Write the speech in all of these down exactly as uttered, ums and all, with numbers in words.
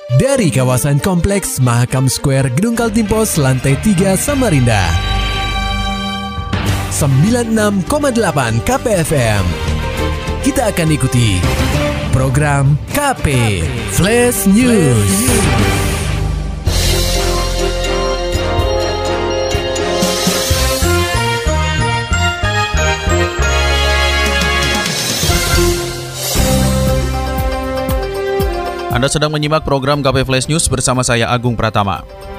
Dari kawasan Kompleks Mahakam Square Gedung Kaltimpos lantai tiga Samarinda. sembilan puluh enam koma delapan K P F M. Kita akan ikuti program K P Flash News. Anda sedang menyimak program K P Flash News bersama saya Agung Pratama.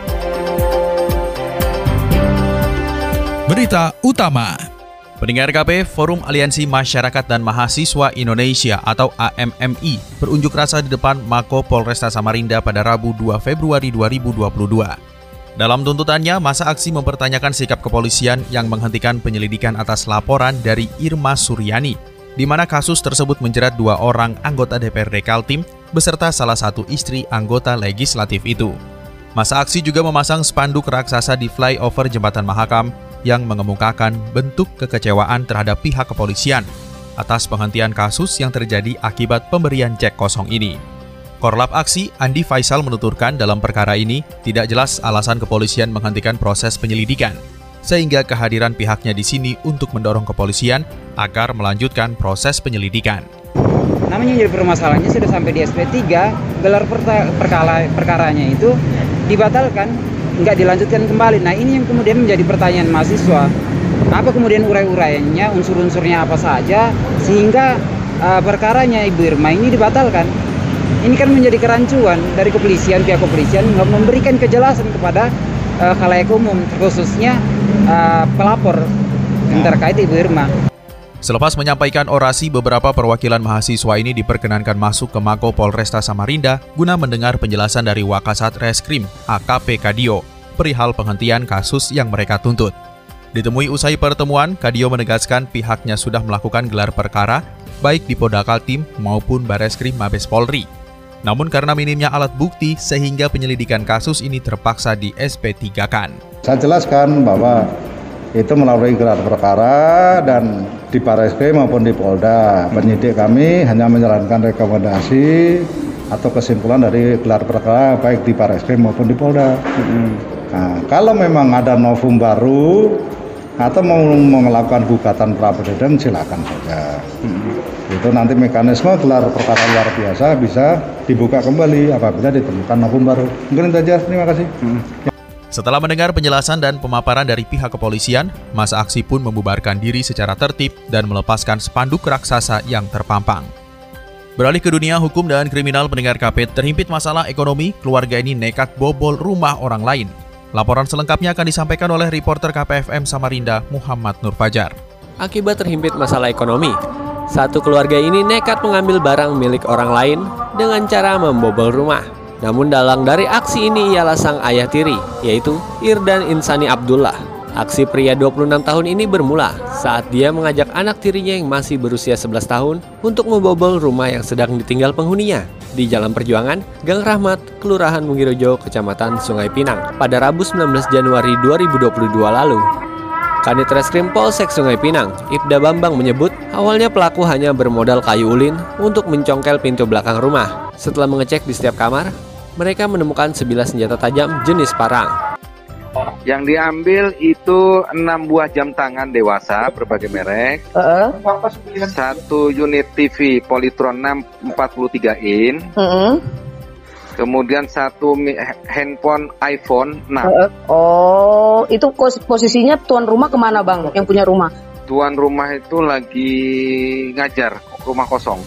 Berita utama. Pendengar K P, Forum Aliansi Masyarakat dan Mahasiswa Indonesia atau A M M I berunjuk rasa di depan Mako Polresta Samarinda pada Rabu dua Februari dua ribu dua puluh dua. Dalam tuntutannya, masa aksi mempertanyakan sikap kepolisian yang menghentikan penyelidikan atas laporan dari Irma Suryani, di mana kasus tersebut menjerat dua orang anggota D P R D Kaltim beserta salah satu istri anggota legislatif itu. Masa aksi juga memasang spanduk raksasa di flyover Jembatan Mahakam yang mengemukakan bentuk kekecewaan terhadap pihak kepolisian atas penghentian kasus yang terjadi akibat pemberian cek kosong ini. Korlap aksi Andi Faisal menuturkan dalam perkara ini tidak jelas alasan kepolisian menghentikan proses penyelidikan, sehingga kehadiran pihaknya di sini untuk mendorong kepolisian agar melanjutkan proses penyelidikan. Namanya jadi permasalahannya sudah sampai di S P tiga, gelar perta- perkara perkaranya itu dibatalkan, nggak dilanjutkan kembali. Nah ini yang kemudian menjadi pertanyaan mahasiswa. Apa kemudian urai-uraiannya, unsur-unsurnya apa saja, sehingga uh, perkaranya Ibu Irma ini dibatalkan. Ini kan menjadi kerancuan dari kepolisian, pihak kepolisian nggak memberikan kejelasan kepada uh, khalayak umum, khususnya uh, pelapor yang terkait Ibu Irma. Selepas menyampaikan orasi, beberapa perwakilan mahasiswa ini diperkenankan masuk ke Mako Polresta Samarinda guna mendengar penjelasan dari Wakasat Reskrim A K P Kadio perihal penghentian kasus yang mereka tuntut. Ditemui usai pertemuan, Kadio menegaskan pihaknya sudah melakukan gelar perkara baik di Polda Kaltim maupun Bareskrim Mabes Polri. Namun karena minimnya alat bukti sehingga penyelidikan kasus ini terpaksa di S P tiga-kan. Saya jelaskan bahwa itu melalui gelar perkara dan di Bareskrim maupun di Polda. Penyidik kami hanya menjalankan rekomendasi atau kesimpulan dari gelar perkara baik di Bareskrim maupun di Polda. Mm-hmm. Nah, kalau memang ada novum baru atau mau melakukan gugatan pra-peradilan silakan saja. Mm-hmm. Itu nanti mekanisme gelar perkara luar biasa bisa dibuka kembali apabila ditemukan novum baru. Mungkin itu saja. Terima kasih. Mm-hmm. Setelah mendengar penjelasan dan pemaparan dari pihak kepolisian, masa aksi pun membubarkan diri secara tertib dan melepaskan spanduk raksasa yang terpampang. Beralih ke dunia hukum dan kriminal, pendengar K P, terhimpit masalah ekonomi, keluarga ini nekat bobol rumah orang lain. Laporan selengkapnya akan disampaikan oleh reporter K P F M Samarinda, Muhammad Nur Fajar. Akibat terhimpit masalah ekonomi, satu keluarga ini nekat mengambil barang milik orang lain dengan cara membobol rumah. Namun dalang dari aksi ini ialah sang ayah tiri, yaitu Irdan Insani Abdullah. Aksi pria dua puluh enam tahun ini bermula saat dia mengajak anak tirinya yang masih berusia sebelas tahun untuk membobol rumah yang sedang ditinggal penghuninya di Jalan Perjuangan, Gang Rahmat, Kelurahan Mugirejo, Kecamatan Sungai Pinang pada Rabu sembilan belas Januari dua ribu dua puluh dua lalu. Kanit Reskrim Polsek Sungai Pinang, Ibda Bambang menyebut awalnya pelaku hanya bermodal kayu ulin untuk mencongkel pintu belakang rumah. Setelah mengecek di setiap kamar, mereka menemukan sebilah senjata tajam jenis parang. Yang diambil itu enam buah jam tangan dewasa berbagai merek, uh-uh. satu unit T V Polytron enam empat puluh tiga in, uh-uh. kemudian satu handphone iPhone enam. Uh-uh. Oh, itu posisinya tuan rumah kemana bang? Yang punya rumah? Tuan rumah itu lagi ngajar, rumah kosong.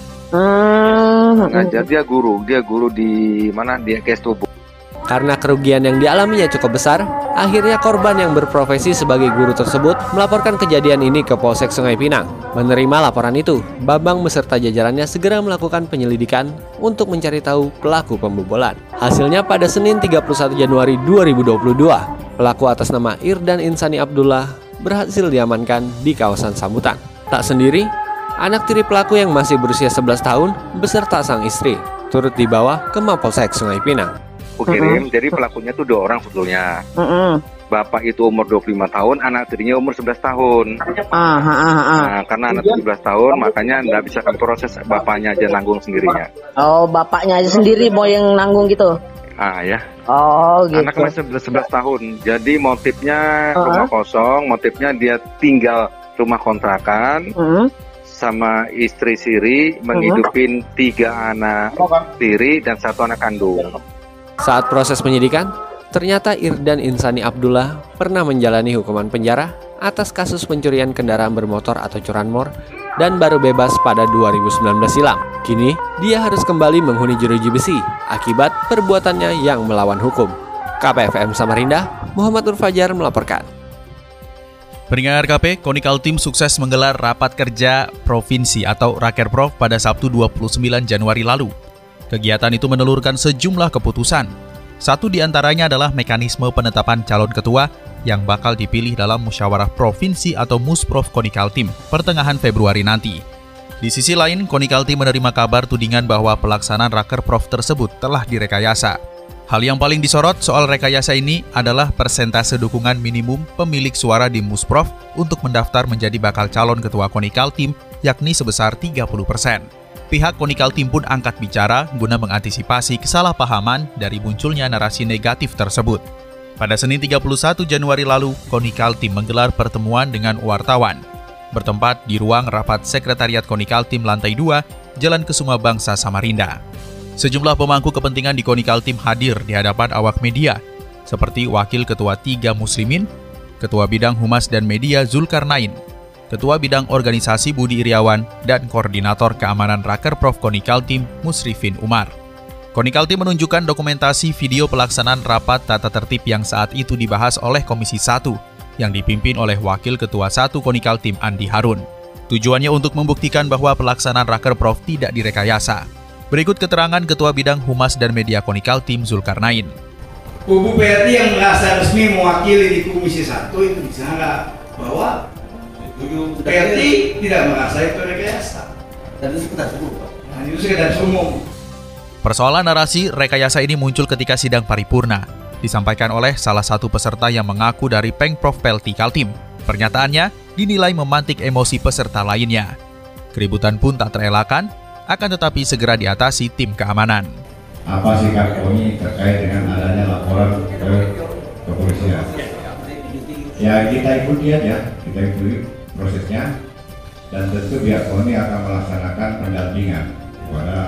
Hmm. Ngajar, dia guru, dia guru di mana? Di K S Tubuh. Karena kerugian yang dialaminya cukup besar, akhirnya korban yang berprofesi sebagai guru tersebut melaporkan kejadian ini ke Polsek Sungai Pinang. Menerima laporan itu, Bambang beserta jajarannya segera melakukan penyelidikan untuk mencari tahu pelaku pembobolan. Hasilnya pada Senin tiga puluh satu Januari dua ribu dua puluh dua, pelaku atas nama Irdan Insani Abdullah berhasil diamankan di kawasan Sambutan. Tak sendiri, anak tiri pelaku yang masih berusia sebelas tahun beserta sang istri turut dibawa ke Mapolsek Sungai Pinang. Aku kirim, uh-uh. jadi pelakunya tuh dua orang sebetulnya. Uh-uh. Bapak itu umur dua puluh lima tahun, anak tirinya umur sebelas tahun. Uh, uh, uh, uh. Nah, karena anak tujuh belas tahun, makanya nggak bisa kan proses bapaknya aja nanggung sendirinya. Oh, bapaknya aja sendiri mau yang nanggung gitu? A ya. Oh gitu. Anak masih sebelas tahun. Jadi motifnya Uh-huh. rumah kosong, motifnya dia tinggal rumah kontrakan Hmm. sama istri siri, menghidupin tiga anak tiri dan satu anak kandung. Saat proses penyidikan, ternyata Irdan Insani Abdullah pernah menjalani hukuman penjara atas kasus pencurian kendaraan bermotor atau curanmor dan baru bebas pada dua ribu sembilan belas silam. Kini, dia harus kembali menghuni jeruji besi akibat perbuatannya yang melawan hukum. K P F M Samarinda, Muhammad Nur Fajar melaporkan. Pendengar K P, Konikaltim sukses menggelar rapat kerja provinsi atau Rakerprov pada Sabtu dua puluh sembilan Januari lalu. Kegiatan itu menelurkan sejumlah keputusan. Satu di antaranya adalah mekanisme penetapan calon ketua yang bakal dipilih dalam musyawarah provinsi atau Musprov Konikaltim pertengahan Februari nanti. Di sisi lain, Konikaltim menerima kabar tudingan bahwa pelaksanaan Rakerprov tersebut telah direkayasa. Hal yang paling disorot soal rekayasa ini adalah persentase dukungan minimum pemilik suara di Musprov untuk mendaftar menjadi bakal calon ketua Konikaltim, yakni sebesar tiga puluh persen. Pihak Konikaltim pun angkat bicara guna mengantisipasi kesalahpahaman dari munculnya narasi negatif tersebut. Pada Senin tiga puluh satu Januari lalu, Konikaltim menggelar pertemuan dengan wartawan. Bertempat di ruang rapat Sekretariat Konikaltim lantai dua, Jalan Kesuma Bangsa Samarinda. Sejumlah pemangku kepentingan di Konikaltim hadir di hadapan awak media, seperti Wakil Ketua Tiga Muslimin, Ketua Bidang Humas dan Media Zulkarnain, Ketua Bidang Organisasi Budi Iriawan, dan Koordinator Keamanan Rakerprov Konikaltim Musrifin Umar. Konikaltim menunjukkan dokumentasi video pelaksanaan rapat tata tertib yang saat itu dibahas oleh Komisi satu, yang dipimpin oleh Wakil Ketua satu Konikaltim Andi Harun. Tujuannya untuk membuktikan bahwa pelaksanaan Rakerprov tidak direkayasa. Berikut keterangan Ketua Bidang Humas dan Media Konikaltim Zulkarnain. Kubu P R T yang merasa resmi mewakili di Komisi satu itu bisa nggak bahwa P R T tidak merasa itu rekayasa. Dan itu sekedar umum. Nah, itu sekedar umum. Persoalan narasi rekayasa ini muncul ketika sidang paripurna, disampaikan oleh salah satu peserta yang mengaku dari Pengprov Pelti Kaltim. Pernyataannya dinilai memantik emosi peserta lainnya. Keributan pun tak terelakkan, akan tetapi segera diatasi tim keamanan. Apa sikap kami terkait dengan adanya laporan ke kepolisian? Ya kita ikuti aja, kita ikuti prosesnya, dan tentu pihak kami akan melaksanakan pendampingan kepada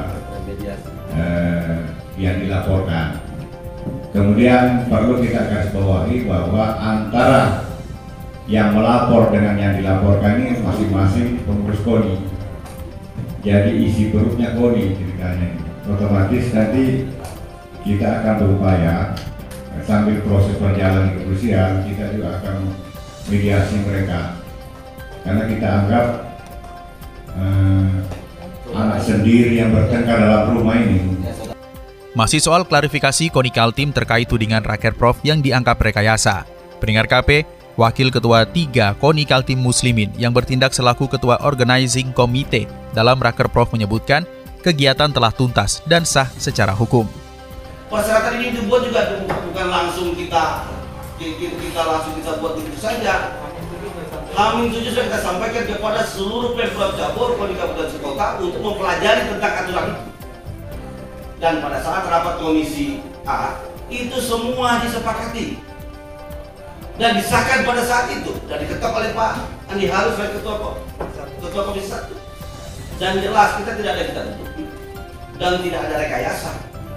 eh, yang dilaporkan. Kemudian perlu kita garis bawahi bahwa antara yang melapor dengan yang dilaporkan ini masing-masing pengurus KONI. Jadi isi perutnya KONI ceritanya. Otomatis nanti kita akan berupaya sambil proses berjalan di kepolisian, kita juga akan mediasi mereka. Karena kita anggap eh, anak sendiri yang bertengkar dalam rumah ini. Masih soal klarifikasi Konikaltim terkait tudingan Rakerprov yang dianggap rekayasa. Pendengar K P, Wakil Ketua tiga Konikaltim Muslimin yang bertindak selaku Ketua Organizing Committee dalam Rakerprov menyebutkan kegiatan telah tuntas dan sah secara hukum. Persyaratan ini dibuat juga bukan langsung kita kita langsung kita buat itu saja. Hamin tujuh sudah kita sampaikan kepada seluruh Pemprov Jabar di Kabupaten Kota untuk mempelajari tentang aturan itu. Dan pada saat rapat Komisi A itu semua disepakati dan disahkan pada saat itu dan diketok oleh Pak Andi Harun sebagai ketua ketua Komisi satu. Dan jelas kita tidak ada kita tutupi dan tidak ada rekayasa.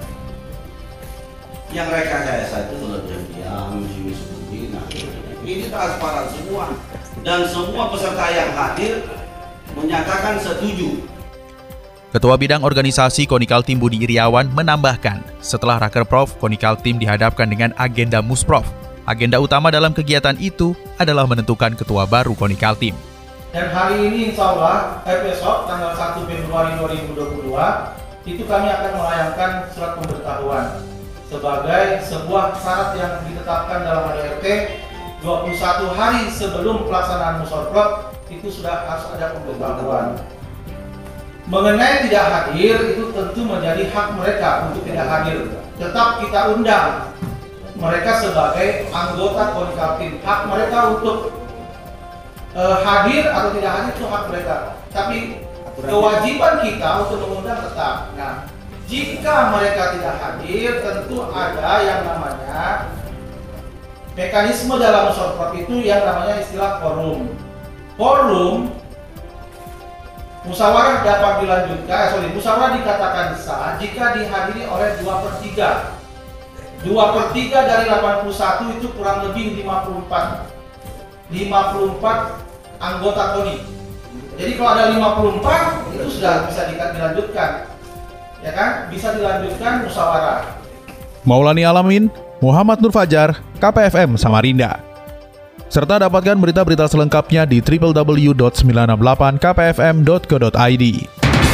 Yang rekayasa itu sudah diam, disembunyi. Nah, ini transparan semua dan semua peserta yang hadir menyatakan setuju. Ketua Bidang Organisasi Konikaltim Budi Iriawan menambahkan, setelah Rakerprov, Konikaltim dihadapkan dengan agenda Musprov. Agenda utama dalam kegiatan itu adalah menentukan ketua baru Konikaltim. Dan hari ini insya Allah, eh, besok tanggal satu Februari dua ribu dua puluh dua, itu kami akan melayangkan surat pemberitahuan sebagai sebuah syarat yang ditetapkan dalam A D R T dua puluh satu hari sebelum pelaksanaan Musyawarah itu sudah harus ada pemberitahuan. Mengenai tidak hadir itu tentu menjadi hak mereka untuk tidak hadir. Tetap kita undang mereka sebagai anggota Konikaltim. Hak mereka untuk uh, hadir atau tidak hadir itu hak mereka. Tapi kewajiban kita untuk mengundang tetap. Nah, Jika mereka tidak hadir, tentu ada yang namanya mekanisme dalam sorprop itu yang namanya istilah quorum. Quorum musyawarah dapat dilanjutkan, eh, sorry, musyawarah dikatakan sah jika dihadiri oleh dua per tiga. dua per tiga dari delapan puluh satu itu kurang lebih lima puluh empat. lima puluh empat anggota K O N I. Jadi kalau ada lima puluh empat itu sudah bisa dilanjutkan. Ya kan? Bisa dilanjutkan musyawarah. Maulani Alamin, Muhammad Nur Fajar, K P F M Samarinda. Serta dapatkan berita-berita selengkapnya di w w w dot sembilan enam delapan k p f m dot co dot i d.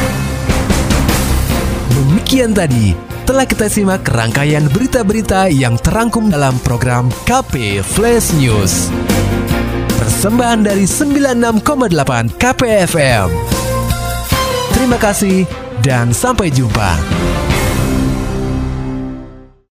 Demikian tadi telah kita simak rangkaian berita-berita yang terangkum dalam program K P Flash News. Persembahan dari sembilan puluh enam koma delapan K P F M. Terima kasih dan sampai jumpa.